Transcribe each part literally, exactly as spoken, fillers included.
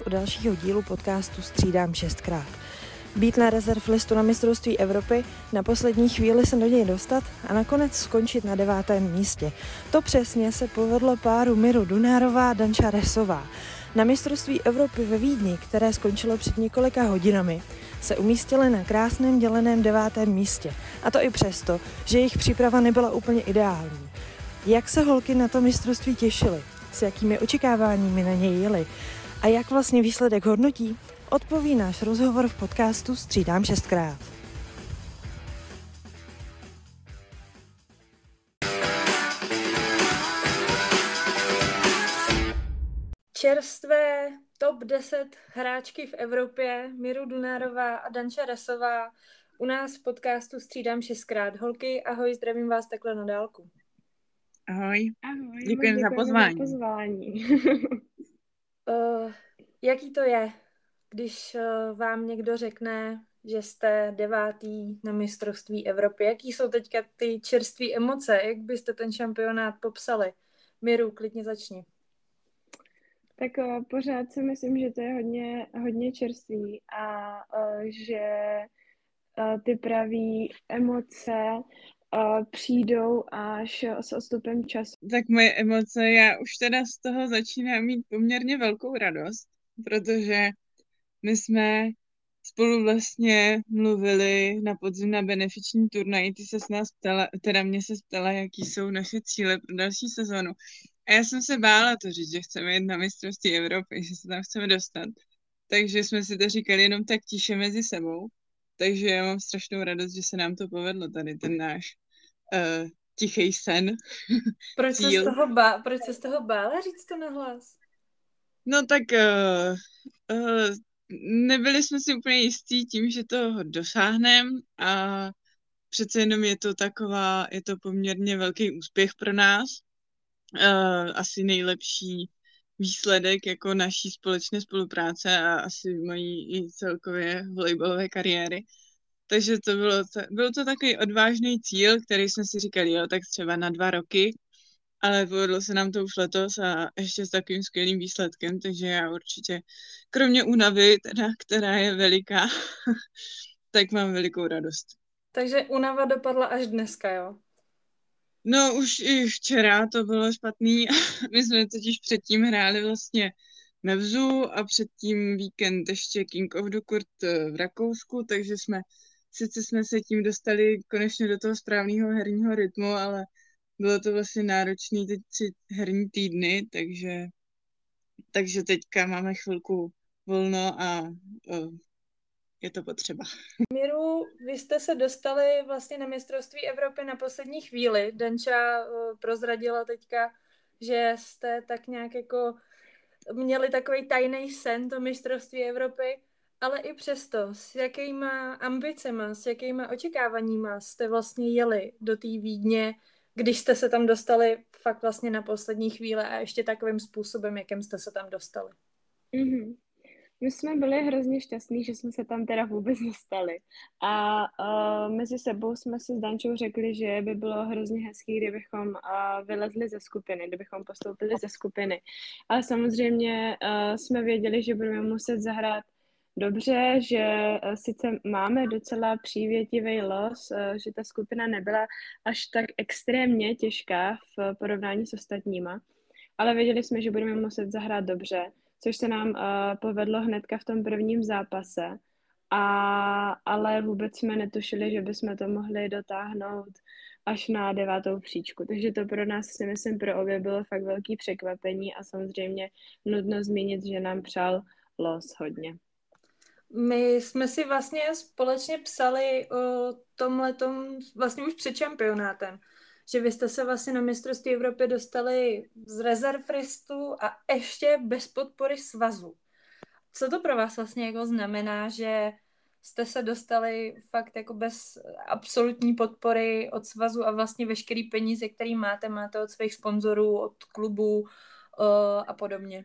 u dalšího dílu podcastu Střídám šestkrát. Být na rezerv listu na mistrovství Evropy, na poslední chvíli se do něj dostat a nakonec skončit na devátém místě. To přesně se povedlo páru Miru Dunárová a Danča Resová. Na mistrovství Evropy ve Vídni, které skončilo před několika hodinami, se umístili na krásném děleném devátém místě. A to i přesto, že jejich příprava nebyla úplně ideální. Jak se holky na to mistrovství těšily? S jakými očekáváními na něj jeli? A jak vlastně výsledek hodnotí? Odpoví náš rozhovor v podcastu Střídám šestkrát. Čerstvé top deset hráčky v Evropě Miru Dunárová a Danča Resová u nás v podcastu Střídám šestkrát. Holky, ahoj, zdravím vás takhle na dálku. Ahoj. Ahoj, Děkujeme za pozvání. Za pozvání. uh, jaký to je, když uh, vám někdo řekne, že jste devátý na mistrovství Evropy? Jaký jsou teďka ty čerstvé emoce? Jak byste ten šampionát popsali? Miru, klidně začni. Tak uh, pořád si myslím, že to je hodně, hodně čerstvý a uh, že uh, ty pravý emoce uh, přijdou až s odstupem času. Tak moje emoce, já už teda z toho začínám mít poměrně velkou radost, protože my jsme spolu vlastně mluvili na podzim na benefiční turnaj, ty se s nás ptala, teda mě se ptala, jaký jsou naše cíle pro další sezonu. A já jsem se bála to říct, že chceme jít na mistrovství Evropy, že se tam chceme dostat. Takže jsme si to říkali jenom tak tiše mezi sebou. Takže já mám strašnou radost, že se nám to povedlo tady, ten náš uh, tichý sen. Proč se z toho bá, proč se z toho bála říct to nahlas? No tak uh, uh, nebyli jsme si úplně jistí tím, že to dosáhneme a přece jenom je to taková, je to poměrně velký úspěch pro nás. Uh, asi nejlepší výsledek jako naší společné spolupráce a asi mojí i celkově volejbalové kariéry. Takže to bylo, to, byl to takový odvážný cíl, který jsme si říkali, jo, tak třeba na dva roky, ale povedlo se nám to už letos a ještě s takovým skvělým výsledkem, takže já určitě, kromě únavy, teda, která je veliká, tak mám velikou radost. Takže únava dopadla až dneska, jo? No už i včera to bylo špatný. My jsme totiž předtím hráli vlastně Mevzu a předtím víkend ještě King of the Court v Rakousku, takže jsme, sice jsme se tím dostali konečně do toho správného herního rytmu, ale bylo to vlastně náročný teď tři herní týdny, takže, takže teďka máme chvilku volno a o, je to potřeba. Miru, vy jste se dostali vlastně na mistrovství Evropy na poslední chvíli. Danča uh, prozradila teďka, že jste tak nějak jako měli takový tajný sen, to mistrovství Evropy, ale i přesto, s jakýma ambicema, s jakýma očekáváníma jste vlastně jeli do té Vídně, když jste se tam dostali fakt vlastně na poslední chvíli a ještě takovým způsobem, jakým jste se tam dostali? Mm-hmm. My jsme byli hrozně šťastní, že jsme se tam teda vůbec dostali. A uh, mezi sebou jsme si s Dančou řekli, že by bylo hrozně hezký, kdybychom uh, vylezli ze skupiny, kdybychom postoupili ze skupiny. Ale samozřejmě uh, jsme věděli, že budeme muset zahrát dobře, že uh, sice máme docela přívětivý los, uh, že ta skupina nebyla až tak extrémně těžká v porovnání s ostatníma, ale věděli jsme, že budeme muset zahrát dobře, což se nám uh, povedlo hnedka v tom prvním zápase, a, ale vůbec jsme netušili, že bychom to mohli dotáhnout až na devátou příčku. Takže to pro nás, si myslím, pro obě bylo fakt velký překvapení a samozřejmě nutno zmínit, že nám přál los hodně. My jsme si vlastně společně psali o tomhletom vlastně už před šampionátem, že vy jste se vlastně na mistrovství Evropy dostali z rezervistů a ještě bez podpory svazu. Co to pro vás vlastně jako znamená, že jste se dostali fakt jako bez absolutní podpory od svazu a vlastně veškerý peníze, který máte, máte od svých sponzorů, od klubů uh, a podobně?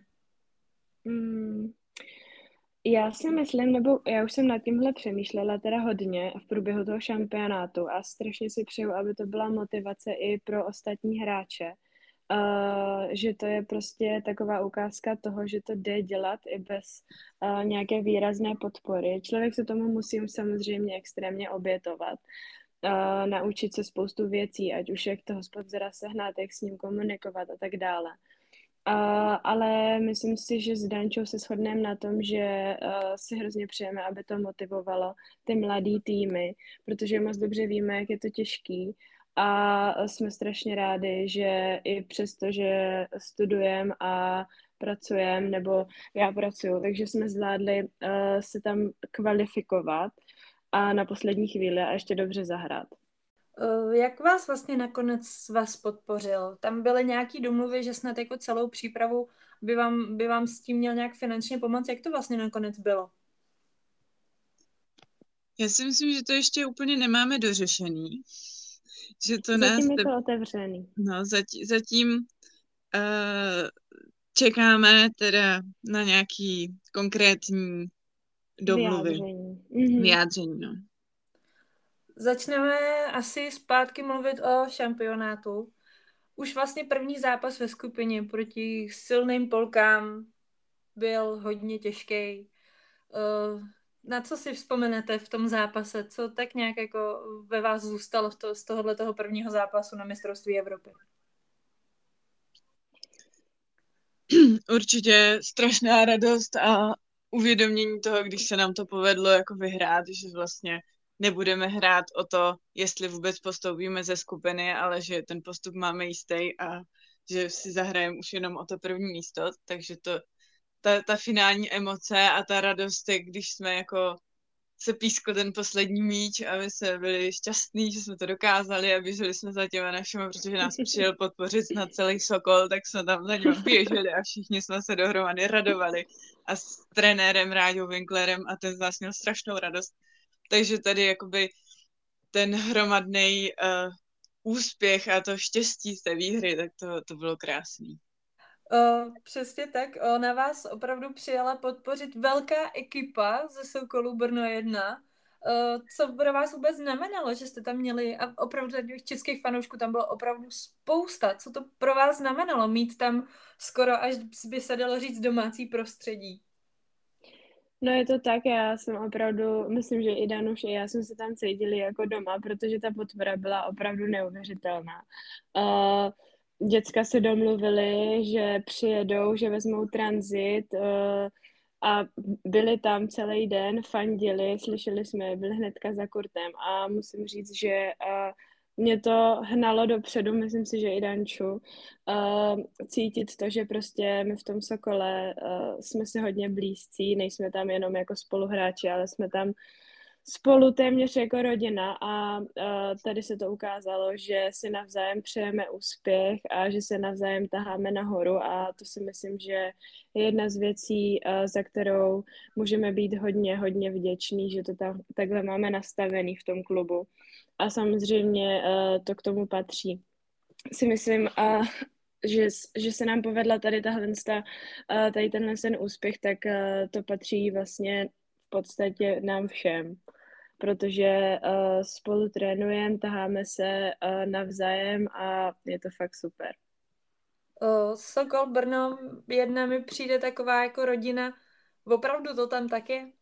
Mm. Já si myslím, nebo já už jsem nad tímhle přemýšlela teda hodně v průběhu toho šampionátu a strašně si přeju, aby to byla motivace i pro ostatní hráče, uh, že to je prostě taková ukázka toho, že to jde dělat i bez uh, nějaké výrazné podpory. Člověk se tomu musí samozřejmě extrémně obětovat, uh, naučit se spoustu věcí, ať už jak toho sponzora sehnat, jak s ním komunikovat a tak dále. Uh, ale myslím si, že s Dančou se shodneme na tom, že uh, si hrozně přejeme, aby to motivovalo ty mladý týmy, protože moc dobře víme, jak je to těžký a jsme strašně rádi, že i přesto, že studujeme a pracujeme, nebo já pracuju, takže jsme zvládli uh, se tam kvalifikovat a na poslední chvíli a ještě dobře zahrát. Jak vás vlastně nakonec vás podpořil? Tam byly nějaký domluvy, že snad jako celou přípravu by vám, by vám s tím měl nějak finančně pomoct. Jak to vlastně nakonec bylo? Já si myslím, že to ještě úplně nemáme dořešený. Že to Zatím nás je to otevřený. No, zatím, zatím uh, čekáme teda na nějaký konkrétní domluvy. Vyjádření. Mm-hmm. Vyjádření, no. Začneme asi zpátky mluvit o šampionátu. Už vlastně první zápas ve skupině proti silným Polkám byl hodně těžký. Na co si vzpomenete v tom zápase? Co tak nějak jako ve vás zůstalo z tohohle toho prvního zápasu na mistrovství Evropy? Určitě strašná radost a uvědomění toho, když se nám to povedlo jako vyhrát, že vlastně nebudeme hrát o to, jestli vůbec postoupíme ze skupiny, ale že ten postup máme jistý a že si zahrajeme už jenom o to první místo, takže to, ta, ta finální emoce a ta radost, když jsme jako se pískl ten poslední míč a my jsme byli šťastní, že jsme to dokázali a běželi jsme za těma našima, protože nás přijel podpořit na celý Sokol, tak jsme tam za ním běželi a všichni jsme se dohromady radovali a s trenérem Ráďou Winklerem a ten z nás měl strašnou radost. Takže tady jakoby ten hromadný uh, úspěch a to štěstí z té výhry, tak to, to bylo krásný. O, přesně tak. O, na vás opravdu přijela podpořit velká ekipa ze Sokolu Brno jedna. O, co pro vás vůbec znamenalo, že jste tam měli, a opravdu těch českých fanoušků tam bylo opravdu spousta. Co to pro vás znamenalo mít tam skoro, až by se dalo říct, domácí prostředí? No je to tak, já jsem opravdu, myslím, že i Danuš, i já jsme se tam cítili jako doma, protože ta podpora byla opravdu neuvěřitelná. Uh, děcka se domluvili, že přijedou, že vezmou tranzit uh, a byli tam celý den, fandili, slyšeli jsme, byli hnedka za kurtem a musím říct, že uh, mě to hnalo dopředu, myslím si, že i Danču, uh, cítit to, že prostě my v tom Sokole uh, jsme si hodně blízcí, nejsme tam jenom jako spoluhráči, ale jsme tam spolu téměř jako rodina a uh, tady se to ukázalo, že si navzájem přejeme úspěch a že se navzájem taháme nahoru a to si myslím, že je jedna z věcí, uh, za kterou můžeme být hodně, hodně vděční, že to tam takhle máme nastavený v tom klubu. A samozřejmě uh, to k tomu patří. Si myslím, uh, že, že se nám povedla tady tahle, uh, tady tenhle ten úspěch, tak uh, to patří vlastně v podstatě nám všem. Protože uh, spolu trénujeme, taháme se uh, navzájem a je to fakt super. O, Sokol Brno jedna mi přijde taková jako rodina. Opravdu to tam tak je?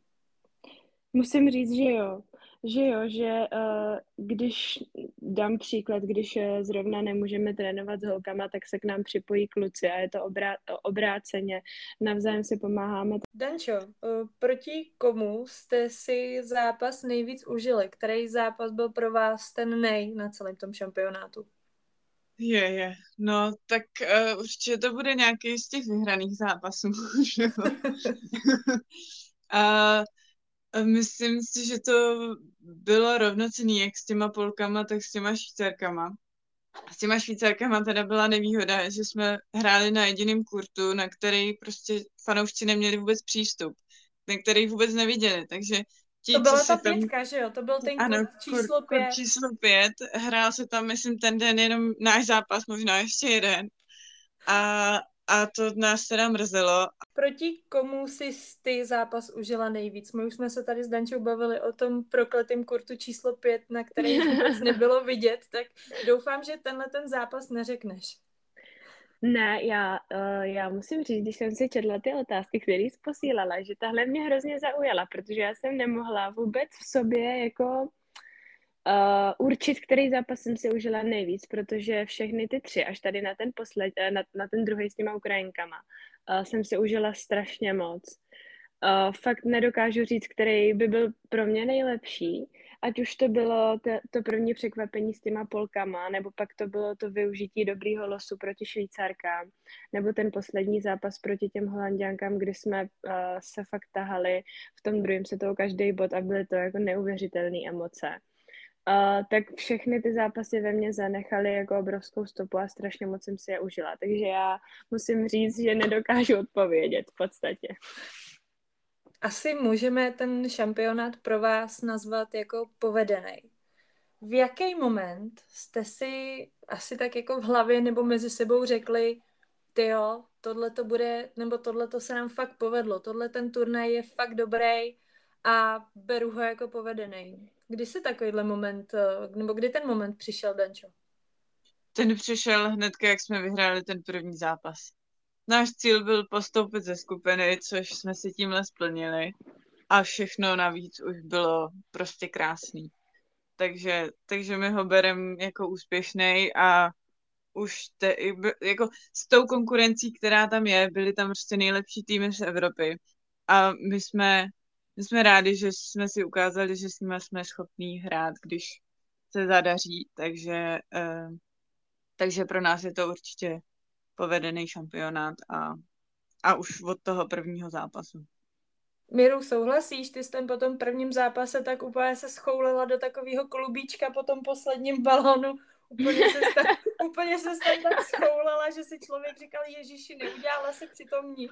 Musím říct, že jo. Že jo, že uh, když dám příklad, když uh, zrovna nemůžeme trénovat s holkama, tak se k nám připojí kluci a je to obrá- obráceně. Navzájem si pomáháme. Dančo, uh, proti komu jste si zápas nejvíc užili? Který zápas byl pro vás ten nej na celém tom šampionátu? Je, je. No, tak uh, určitě to bude nějaký z těch vyhraných zápasů. A myslím si, že to bylo rovnocenný jak s těma Polkama, tak s těma Švýcarkama. S těma Švýcarkama teda byla nevýhoda, že jsme hráli na jediném kurtu, na který prostě fanoušci neměli vůbec přístup, na který vůbec neviděli, takže ti, to byla ta tam... pětka, že jo? To byl ten ano, kurt číslo kurt, pět. Kurt číslo pět. Hrál se tam, myslím, ten den jenom náš zápas, možná ještě jeden. A, a to nás teda mrzelo. Proti komu si ty zápas užila nejvíc? My už jsme se tady s Dančou bavili o tom prokletém kurtu číslo pět, na který vůbec nebylo vidět, tak doufám, že tenhle ten zápas neřekneš. Ne, já, uh, já musím říct, když jsem si četla ty otázky, které jsi posílala, že tahle mě hrozně zaujala, protože já jsem nemohla vůbec v sobě jako uh, určit, který zápas jsem si užila nejvíc, protože všechny ty tři, až tady na ten posled, eh, na, na ten druhý s těma Ukrajinkama, uh, jsem si užila strašně moc. Uh, fakt nedokážu říct, který by byl pro mě nejlepší, ať už to bylo te, to první překvapení s těma Polkama, nebo pak to bylo to využití dobrýho losu proti Švýcarkám, nebo ten poslední zápas proti těm Holanďánkám, kdy jsme uh, se fakt tahali v tom druhém setu každý bod a byly to jako neuvěřitelné emoce. Uh, tak všechny ty zápasy ve mně zanechaly jako obrovskou stopu a strašně moc jsem si je užila. Takže já musím říct, že nedokážu odpovědět v podstatě. Asi můžeme ten šampionát pro vás nazvat jako povedený. V jaký moment jste si asi tak jako v hlavě nebo mezi sebou řekli, tyjo, tohle to bude, nebo tohle to se nám fakt povedlo, tohle ten turnaj je fakt dobrý a beru ho jako povedený. Kdy se takovýhle moment, nebo kdy ten moment přišel, Dančo? Ten přišel hned, jak jsme vyhráli ten první zápas. Náš cíl byl postoupit ze skupiny, což jsme si tímhle splnili. A všechno navíc už bylo prostě krásný. Takže, takže my ho bereme jako úspěšný a už te, jako s tou konkurencí, která tam je, byly tam prostě nejlepší týmy z Evropy. A my jsme, my jsme rádi, že jsme si ukázali, že s nimi jsme schopní hrát, když se zadaří. Takže, eh, takže pro nás je to určitě povedený šampionát a, a už od toho prvního zápasu. Míru, souhlasíš? Ty jsi tam po tom prvním zápase tak úplně se schoulila do takového klubíčka po tom posledním balónu. Úplně se tam, úplně se tam tak schoulala, že si člověk říkal, Ježíši, neudělala se přitom nic.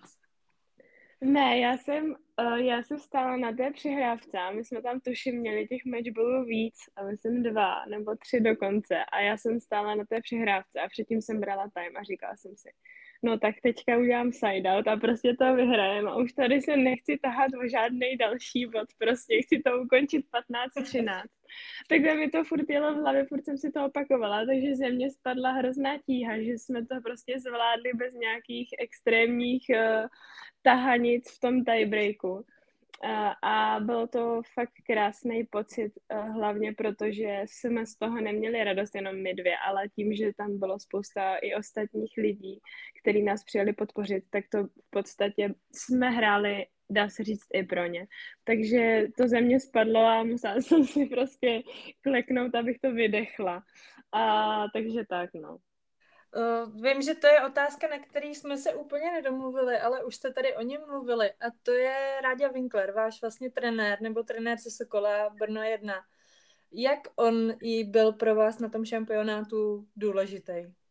Ne, já jsem, uh, já jsem stála na té přihrávce a my jsme tam tuším měli těch matchballů víc a myslím dva nebo tři dokonce a já jsem stála na té přihrávce a předtím jsem brala time a říkala jsem si, no tak teďka udělám side out a prostě to vyhrajem a už tady se nechci tahat o žádný další bod, prostě chci to ukončit patnáct třináct. Takhle mi to furt jelo v hlavě, furt jsem si to opakovala, takže ze mě spadla hrozná tíha, že jsme to prostě zvládli bez nějakých extrémních uh, tahanic v tom tiebreaku. A, a bylo to fakt krásný pocit, hlavně protože jsme z toho neměli radost jenom my dvě, ale tím, že tam bylo spousta i ostatních lidí, kteří nás přijeli podpořit, tak to v podstatě jsme hráli, dá se říct, i pro ně. Takže to ze mě spadlo a musela jsem si prostě kleknout, abych to vydechla. A takže tak, no. Uh, vím, že to je otázka, na který jsme se úplně nedomluvili, ale už jste tady o něm mluvili a to je Ráďa Winkler, váš vlastně trenér nebo trenér ze Sokola Brno jedna. Jak on jí byl pro vás na tom šampionátu důležitý?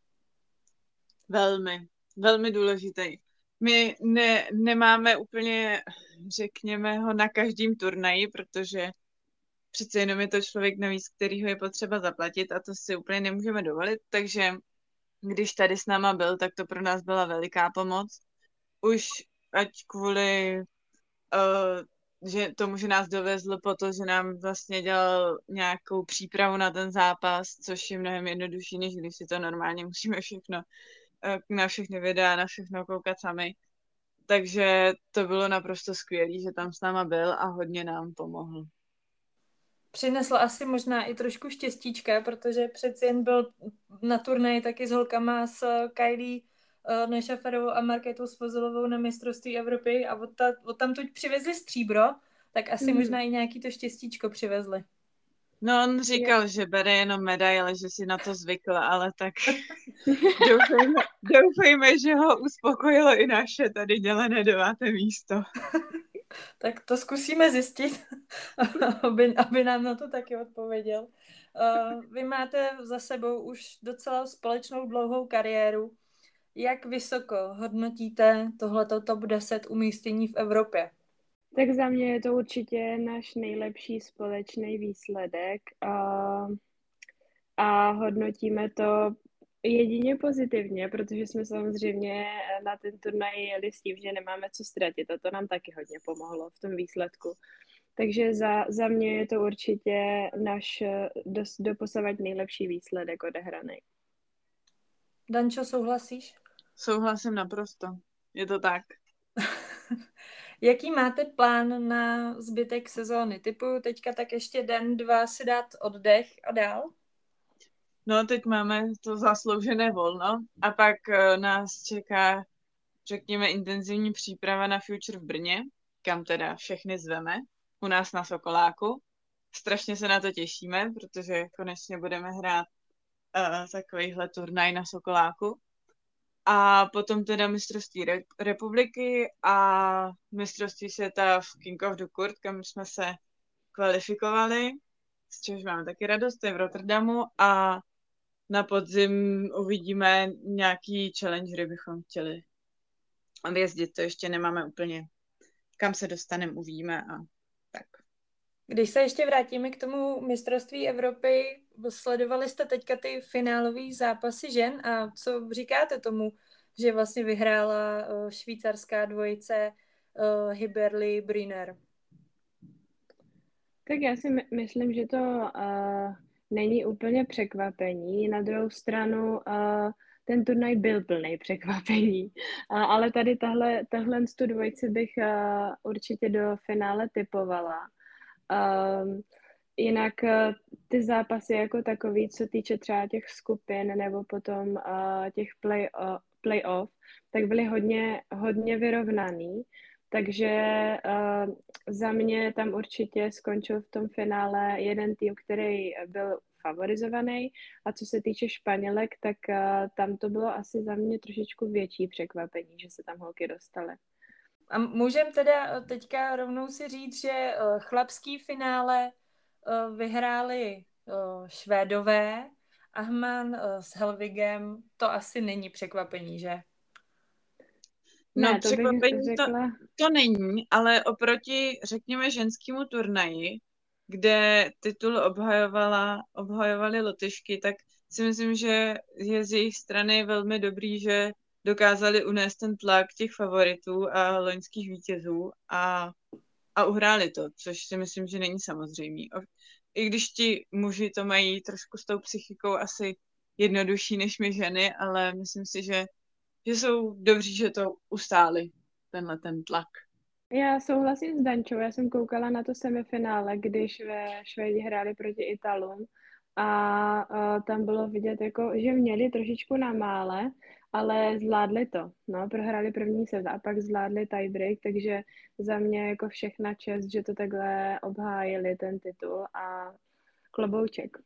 Velmi, velmi důležitý. My ne, nemáme úplně, řekněme, ho na každém turnaji, protože přece jenom je to člověk navíc, kterýho je potřeba zaplatit a to si úplně nemůžeme dovolit, takže když tady s náma byl, tak to pro nás byla veliká pomoc. Už ať kvůli uh, že tomu, že nás dovezl po to, že nám vlastně dělal nějakou přípravu na ten zápas, což je mnohem jednodušší, než když si to normálně musíme všechno, uh, na všechny videa, na všechno koukat sami. Takže to bylo naprosto skvělé, že tam s náma byl a hodně nám pomohl. Přinesl asi možná i trošku štěstíčka, protože přeci jen byl na turnaji taky s holkama s Kylie uh, Nešaferovou a Markétou Svozilovou na mistrovství Evropy a od, ta, od tam tuď přivezli stříbro, tak asi mm. možná i nějaký to štěstíčko přivezli. No on říkal, je. že bere jenom medaile, že si na to zvykl, ale tak doufejme, doufejme, že ho uspokojilo i naše tady dělené deváté místo. Tak to zkusíme zjistit, aby, aby nám na to taky odpověděl. Uh, vy máte za sebou už docela společnou dlouhou kariéru. Jak vysoko hodnotíte tohleto top deset umístění v Evropě? Tak za mě je to určitě náš nejlepší společný výsledek a, a hodnotíme to jedině pozitivně, protože jsme samozřejmě na ten turnaj jeli s tím, že nemáme co ztratit a to nám taky hodně pomohlo v tom výsledku. Takže za, za mě je to určitě náš doposavad nejlepší výsledek odehraný. Dančo, souhlasíš? Souhlasím naprosto. Je to tak. Jaký máte plán na zbytek sezóny? Typuju teďka tak ještě den, dva si dát oddech a dál? No, teď máme to zasloužené volno a pak uh, nás čeká, řekněme, intenzivní příprava na Future v Brně, kam teda všechny zveme, u nás na Sokoláku. Strašně se na to těšíme, protože konečně budeme hrát uh, takovýhle turnaj na Sokoláku. A potom teda mistrovství re- republiky a mistrovství světa v King of the Court, kam jsme se kvalifikovali, z čehož máme taky radost, to je v Rotterdamu a na podzim uvidíme nějaký challenge, kde bychom chtěli vyjezdit, to ještě nemáme úplně, kam se dostaneme, uvidíme a tak. Když se ještě vrátíme k tomu mistrovství Evropy, sledovali jste teďka ty finálové zápasy žen a co říkáte tomu, že vlastně vyhrála uh, švýcarská dvojice uh, Hibberli Briner? Tak já si my- myslím, že to uh, není úplně překvapení. Na druhou stranu uh, ten turnaj byl plný překvapení. Uh, ale tady tahle, tahle tu dvojici bych uh, určitě do finále typovala. Um, jinak uh, ty zápasy jako takový, co týče třeba těch skupin nebo potom uh, těch play, uh, play-off, tak byly hodně, hodně vyrovnaný. Takže uh, za mě tam určitě skončil v tom finále jeden tým, který byl favorizovaný. A co se týče Španělek, tak uh, tam to bylo asi za mě trošičku větší překvapení, že se tam holky dostaly. A můžeme teda teďka rovnou si říct, že uh, chlapský finále uh, vyhráli uh, Švédové, Ahman uh, s Helvigem, to asi není překvapení, že? No, Ne, to bych překvapení to, řekla. to není, ale oproti, řekněme, ženskému turnaji, kde titul obhajovala, obhajovaly Lotyšky, tak si myslím, že je z jejich strany velmi dobrý, že dokázali unést ten tlak těch favoritů a loňských vítězů a, a uhráli to, což si myslím, že není samozřejmý. I když ti muži to mají trošku s tou psychikou asi jednodušší než my ženy, ale myslím si, že že jsou dobří, že to ustáli, tenhle ten tlak. Já souhlasím s Dančou, já jsem koukala na to semifinále, když ve Švédi hráli proti Italům a, a tam bylo vidět, jako, že měli trošičku na mále, ale zvládli to. No, prohráli první set a pak zvládli tiebreak, takže za mě jako všechna čest, že to takhle obhájili ten titul a klobouček.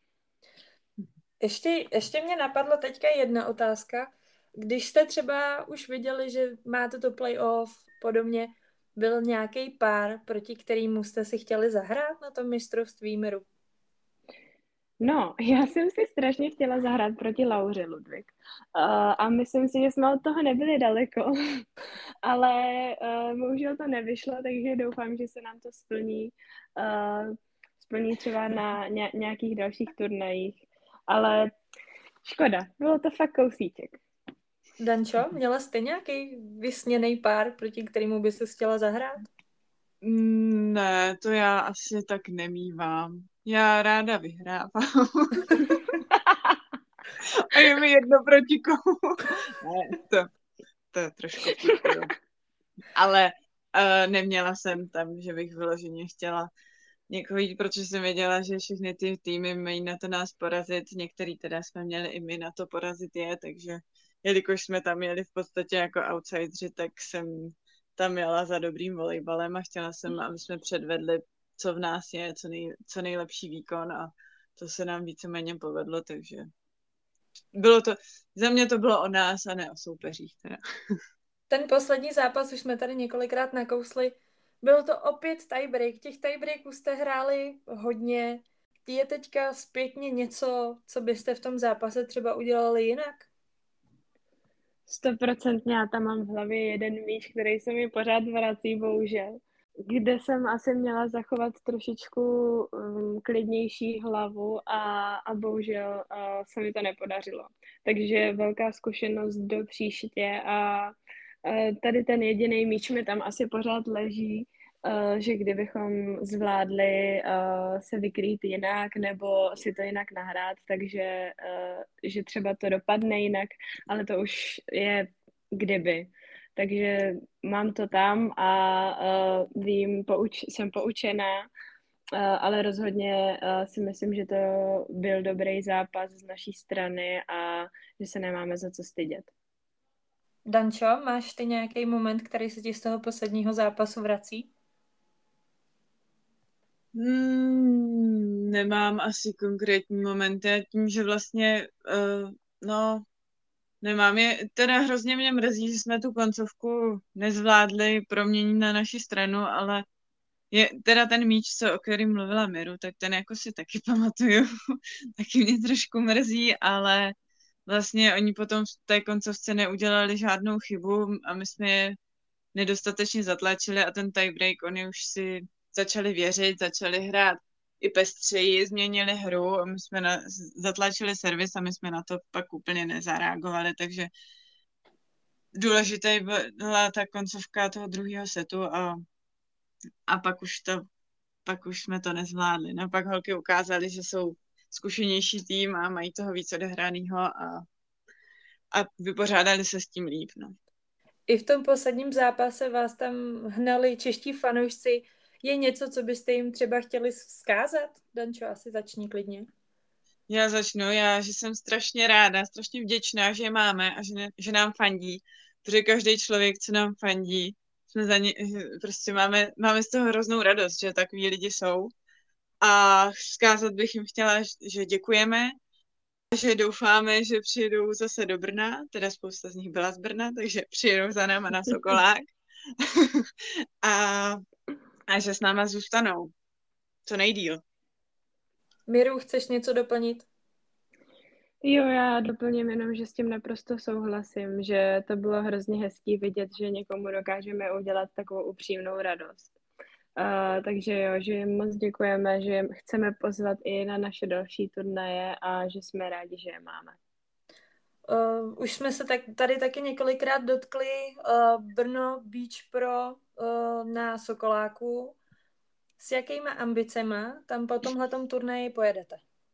Ještě, ještě mě napadla teďka jedna otázka. Když jste třeba už viděli, že máte to playoff podobně, byl nějaký pár, proti kterému jste si chtěli zahrát na tom mistrovství miru? No, já jsem si strašně chtěla zahrát proti Lauře Ludwig. Uh, a myslím si, že jsme od toho nebyli daleko, ale uh, bohužel to nevyšlo, takže doufám, že se nám to splní, uh, splní třeba na ně, nějakých dalších turnajích. Ale škoda, bylo to fakt kousíček. Dančo, měla jste nějaký vysněný pár, proti kterému by se chtěla zahrát? Ne, to já asi tak nemívám. Já ráda vyhrávám. A je mi jedno proti komu. Ne, to, to je trošku vtipné. Ale uh, neměla jsem tam, že bych vyloženě chtěla někoho jít, protože jsem věděla, že všechny ty týmy mají na to nás porazit. Některý teda jsme měli i my na to porazit je, takže jelikož jsme tam jeli v podstatě jako outsideri, tak jsem tam jela za dobrým volejbalem a chtěla jsem, aby jsme předvedli, co v nás je, co, nej, co nejlepší výkon a to se nám víceméně povedlo, takže bylo to, za mě to bylo o nás a ne o soupeřích teda. Ten poslední zápas, už jsme tady několikrát nakousli, byl to opět tiebreak. Těch tiebreaků jste hráli hodně. Je teďka zpětně něco, co byste v tom zápase třeba udělali jinak? Stoprocentně já tam mám v hlavě jeden míč, který se mi pořád vrací, bohužel. Kde jsem asi měla zachovat trošičku um, klidnější hlavu a, a bohužel uh, se mi to nepodařilo. Takže velká zkušenost do příště a uh, tady ten jediný míč mi tam asi pořád leží, uh, že kdybychom zvládli uh, se vykrýt jinak nebo si to jinak nahrát, takže uh, že třeba to dopadne jinak, ale to už je kdyby. Takže mám to tam a uh, vím, pouč, jsem poučená, uh, ale rozhodně uh, si myslím, že to byl dobrý zápas z naší strany a že se nemáme za co stydět. Dančo, máš ty nějaký moment, který se ti z toho posledního zápasu vrací? Hmm, nemám asi konkrétní momenty a tím, že vlastně, uh, no, nemám je, teda hrozně mě mrzí, že jsme tu koncovku nezvládli proměnit na naši stranu, ale je teda ten míč, co, o kterém mluvila Miru, tak ten jako si taky pamatuju, taky mě trošku mrzí, ale vlastně oni potom v té koncovce neudělali žádnou chybu a my jsme je nedostatečně zatlačili a ten tiebreak, oni už si začali věřit, začali hrát i pestřeji, změnili hru a my jsme na, zatlačili servis a my jsme na to pak úplně nezareagovali, takže důležitá byla ta koncovka toho druhého setu a, a pak už to pak už jsme to nezvládli. No pak holky ukázali, že jsou zkušenější tým a mají toho víc odehranýho a, a vypořádali se s tím líp, no. I v tom posledním zápase vás tam hnali čeští fanoušci. Je něco, co byste jim třeba chtěli vzkázat? Dančo, asi začni klidně. Já začnu, já, že jsem strašně ráda, strašně vděčná, že je máme a že, ne, že nám fandí, protože každý člověk, co nám fandí, jsme za ně, prostě máme, máme z toho hroznou radost, že takový lidi jsou. A vzkázat bych jim chtěla, že děkujeme, že doufáme, že přijedou zase do Brna, teda spousta z nich byla z Brna, takže přijedou za náma na Sokolák a, a že s náma zůstanou co nejdýl. Miru, chceš něco doplnit? Jo, já doplním jenom, že s tím naprosto souhlasím, že to bylo hrozně hezký vidět, že někomu dokážeme udělat takovou upřímnou radost. Uh, takže jo, že jim moc děkujeme, že jim chceme pozvat i na naše další turnaje a že jsme rádi, že je máme. Uh, už jsme se tak, tady taky několikrát dotkli uh, Brno Beach Pro uh, na Sokoláku. S jakýma ambicema tam po tomhletom turnaji pojedete?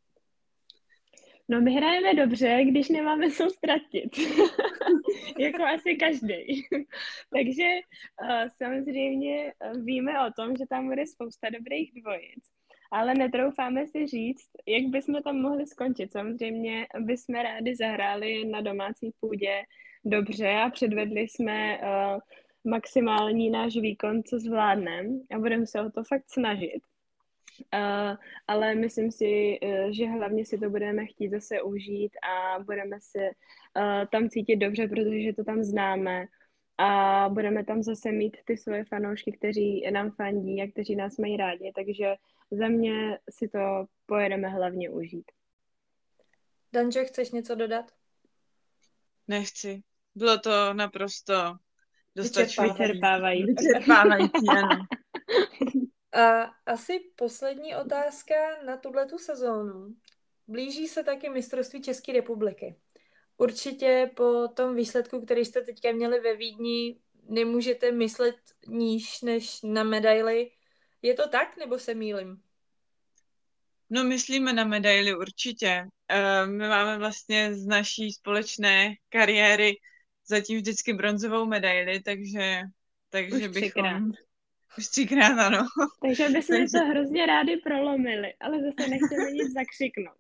No my hrajeme dobře, když nemáme co ztratit. Jako asi každý. Takže uh, samozřejmě víme o tom, že tam bude spousta dobrých dvojic, ale netroufáme si říct, jak bychom tam mohli skončit. Samozřejmě bychom rádi zahráli na domácí půdě dobře a předvedli jsme uh, maximální náš výkon, co zvládneme a budeme se o to fakt snažit. Uh, ale myslím si, uh, že hlavně si to budeme chtít zase užít a budeme se uh, tam cítit dobře, protože to tam známe a budeme tam zase mít ty svoje fanoušky, kteří nám fandí a kteří nás mají rádi, takže za mě si to pojedeme hlavně užít. Dančo, chceš něco dodat? Nechci. Bylo to naprosto dostačující. Vyčerpávající. Vyčerpávající, ano. A asi poslední otázka na tuhletu sezónu. Blíží se taky mistrovství České republiky. Určitě po tom výsledku, který jste teďka měli ve Vídni, nemůžete myslet níž než na medaili. Je to tak, nebo se mýlim? No, myslíme na medaili určitě. Uh, my máme vlastně z naší společné kariéry zatím vždycky bronzovou medaili, takže, takže Už bychom... Už třikrát, ano. Takže bychom takže... to hrozně rádi prolomili, ale zase nechceme nic zakřiknout.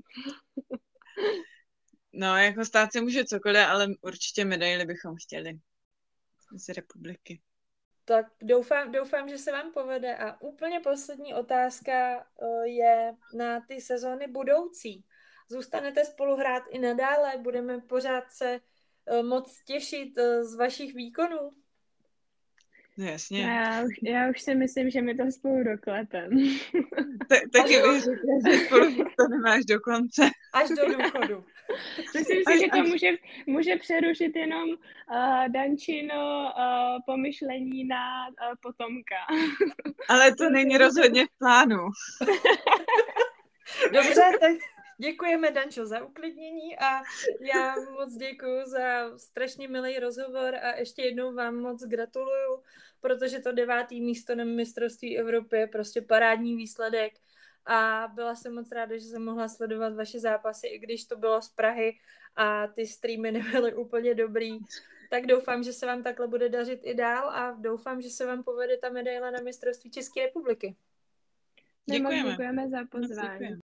No, jako stát se může cokoliv, ale určitě medaily bychom chtěli z republiky. Tak doufám, doufám, že se vám povede. A úplně poslední otázka je na ty sezóny budoucí. Zůstanete spolu hrát i nadále? Budeme pořád se moc těšit z vašich výkonů? No jasně. Já už, já už si myslím, že my to spolu doklepem. Taky bych řekla, že spolu to nemáš do konce. Až do důchodu. Myslím si, že to může, může přerušit jenom uh, Dančino uh, pomyšlení na uh, potomka. Ale to není rozhodně v plánu. Dobře, tak děkujeme, Dančo, za uklidnění a já moc děkuju za strašně milý rozhovor a ještě jednou vám moc gratuluju, protože to devátý místo na mistrovství Evropy je prostě parádní výsledek a byla jsem moc ráda, že jsem mohla sledovat vaše zápasy, i když to bylo z Prahy a ty streamy nebyly úplně dobrý, tak doufám, že se vám takhle bude dařit i dál a doufám, že se vám povede ta medaile na mistrovství České republiky. Děkujeme. Děkujeme za pozvání. Děkujeme.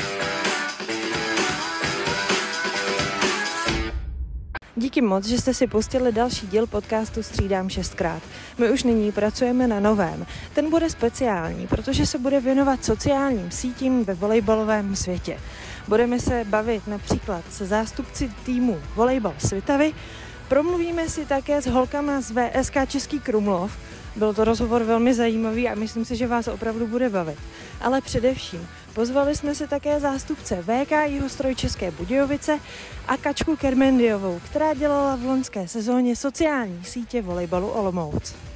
Díky moc, že jste si pustili další díl podcastu Střídám šestkrát. My už nyní pracujeme na novém. Ten bude speciální, protože se bude věnovat sociálním sítím ve volejbalovém světě. Budeme se bavit například se zástupci týmu Volejbal Svitavy, promluvíme si také s holkama z V S K Český Krumlov. Byl to rozhovor velmi zajímavý a myslím si, že vás opravdu bude bavit. Ale především pozvali jsme si také zástupce V K Jihostroj České Budějovice a Kačku Kermendiovou, která dělala v loňské sezóně sociální sítě volejbalu Olomouc.